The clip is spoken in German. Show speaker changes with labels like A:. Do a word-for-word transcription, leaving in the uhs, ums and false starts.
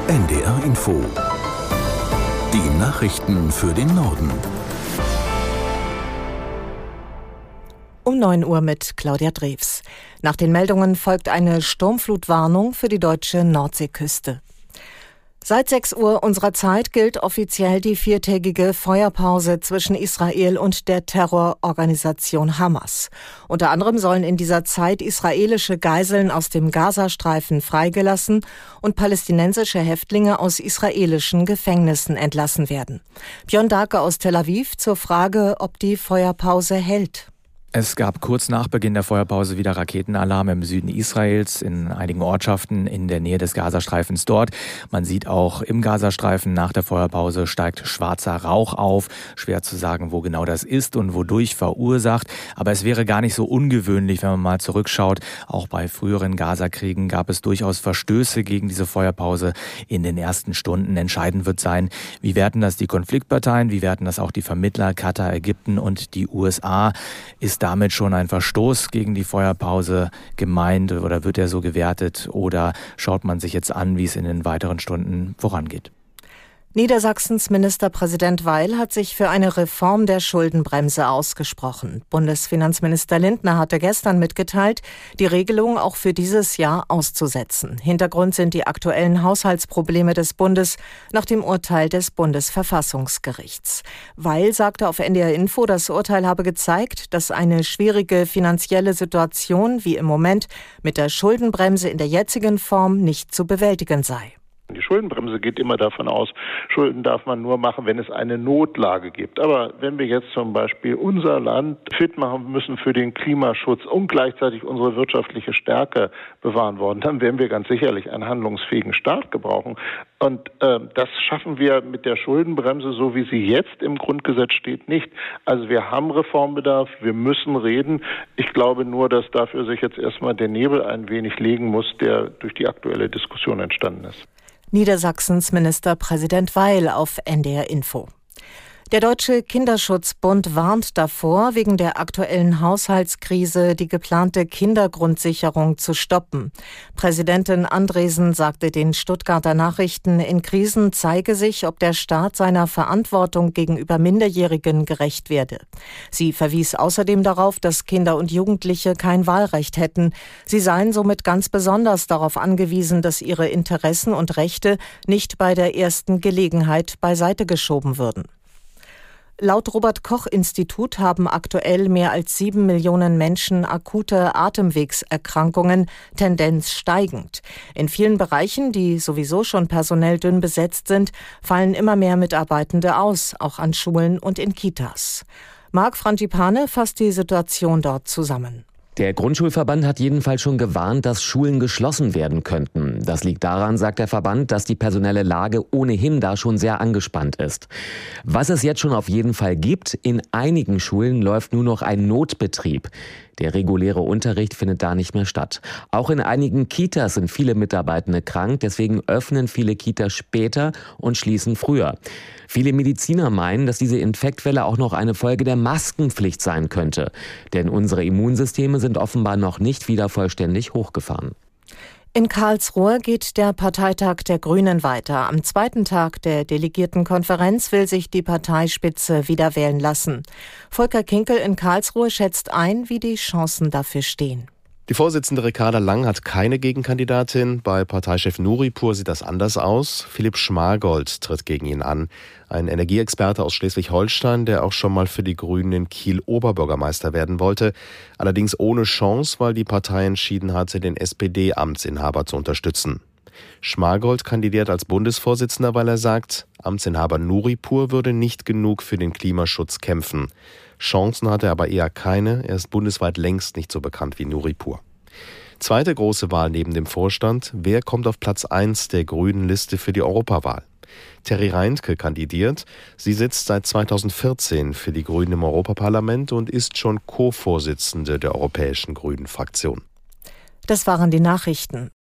A: N D R Info. Die Nachrichten für den Norden.
B: Um neun Uhr mit Claudia Drews. Nach den Meldungen folgt eine Sturmflutwarnung für die deutsche Nordseeküste. Seit sechs Uhr unserer Zeit gilt offiziell die viertägige Feuerpause zwischen Israel und der Terrororganisation Hamas. Unter anderem sollen in dieser Zeit israelische Geiseln aus dem Gazastreifen freigelassen und palästinensische Häftlinge aus israelischen Gefängnissen entlassen werden. Björn Darke aus Tel Aviv zur Frage, ob die Feuerpause hält.
C: Es gab kurz nach Beginn der Feuerpause wieder Raketenalarm im Süden Israels, in einigen Ortschaften in der Nähe des Gazastreifens dort. Man sieht auch im Gazastreifen nach der Feuerpause steigt schwarzer Rauch auf. Schwer zu sagen, wo genau das ist und wodurch verursacht. Aber es wäre gar nicht so ungewöhnlich, wenn man mal zurückschaut. Auch bei früheren Gazakriegen gab es durchaus Verstöße gegen diese Feuerpause in den ersten Stunden. Entscheidend wird sein, wie werten das die Konfliktparteien, wie werten das auch die Vermittler, Katar, Ägypten und die U S A. Ist damit schon ein Verstoß gegen die Feuerpause gemeint oder wird er so gewertet oder schaut man sich jetzt an, wie es in den weiteren Stunden vorangeht?
B: Niedersachsens Ministerpräsident Weil hat sich für eine Reform der Schuldenbremse ausgesprochen. Bundesfinanzminister Lindner hatte gestern mitgeteilt, die Regelung auch für dieses Jahr auszusetzen. Hintergrund sind die aktuellen Haushaltsprobleme des Bundes nach dem Urteil des Bundesverfassungsgerichts. Weil sagte auf N D R Info, das Urteil habe gezeigt, dass eine schwierige finanzielle Situation wie im Moment mit der Schuldenbremse in der jetzigen Form nicht zu bewältigen sei.
D: Die Schuldenbremse geht immer davon aus, Schulden darf man nur machen, wenn es eine Notlage gibt. Aber wenn wir jetzt zum Beispiel unser Land fit machen müssen für den Klimaschutz und gleichzeitig unsere wirtschaftliche Stärke bewahren wollen, dann werden wir ganz sicherlich einen handlungsfähigen Staat gebrauchen. Und äh, das schaffen wir mit der Schuldenbremse, so wie sie jetzt im Grundgesetz steht, nicht. Also wir haben Reformbedarf, wir müssen reden. Ich glaube nur, dass dafür sich jetzt erstmal der Nebel ein wenig legen muss, der durch die aktuelle Diskussion entstanden ist.
B: Niedersachsens Ministerpräsident Weil auf N D R Info. Der Deutsche Kinderschutzbund warnt davor, wegen der aktuellen Haushaltskrise die geplante Kindergrundsicherung zu stoppen. Präsidentin Andresen sagte den Stuttgarter Nachrichten, in Krisen zeige sich, ob der Staat seiner Verantwortung gegenüber Minderjährigen gerecht werde. Sie verwies außerdem darauf, dass Kinder und Jugendliche kein Wahlrecht hätten. Sie seien somit ganz besonders darauf angewiesen, dass ihre Interessen und Rechte nicht bei der ersten Gelegenheit beiseite geschoben würden. Laut Robert-Koch-Institut haben aktuell mehr als sieben Millionen Menschen akute Atemwegserkrankungen, Tendenz steigend. In vielen Bereichen, die sowieso schon personell dünn besetzt sind, fallen immer mehr Mitarbeitende aus, auch an Schulen und in Kitas. Marc Frangipane fasst die Situation dort zusammen.
E: Der Grundschulverband hat jedenfalls schon gewarnt, dass Schulen geschlossen werden könnten. Das liegt daran, sagt der Verband, dass die personelle Lage ohnehin da schon sehr angespannt ist. Was es jetzt schon auf jeden Fall gibt, in einigen Schulen läuft nur noch ein Notbetrieb. Der reguläre Unterricht findet da nicht mehr statt. Auch in einigen Kitas sind viele Mitarbeitende krank, deswegen öffnen viele Kitas später und schließen früher. Viele Mediziner meinen, dass diese Infektwelle auch noch eine Folge der Maskenpflicht sein könnte. Denn unsere Immunsysteme sind offenbar noch nicht wieder vollständig hochgefahren.
B: In Karlsruhe geht der Parteitag der Grünen weiter. Am zweiten Tag der Delegiertenkonferenz will sich die Parteispitze wieder wählen lassen. Volker Kinkel in Karlsruhe schätzt ein, wie die Chancen dafür stehen.
F: Die Vorsitzende Ricarda Lang hat keine Gegenkandidatin. Bei Parteichef Nuripur sieht das anders aus. Philipp Schmargold tritt gegen ihn an. Ein Energieexperte aus Schleswig-Holstein, der auch schon mal für die Grünen in Kiel Oberbürgermeister werden wollte. Allerdings ohne Chance, weil die Partei entschieden hatte, den S P D-Amtsinhaber zu unterstützen. Schmargold kandidiert als Bundesvorsitzender, weil er sagt, Amtsinhaber Nuripur würde nicht genug für den Klimaschutz kämpfen. Chancen hat er aber eher keine. Er ist bundesweit längst nicht so bekannt wie Nuripur. Zweite große Wahl neben dem Vorstand. Wer kommt auf Platz eins der grünen Liste für die Europawahl? Terry Reintke kandidiert. Sie sitzt seit zweitausendvierzehn für die Grünen im Europaparlament und ist schon Co-Vorsitzende der Europäischen Grünen Fraktion.
B: Das waren die Nachrichten.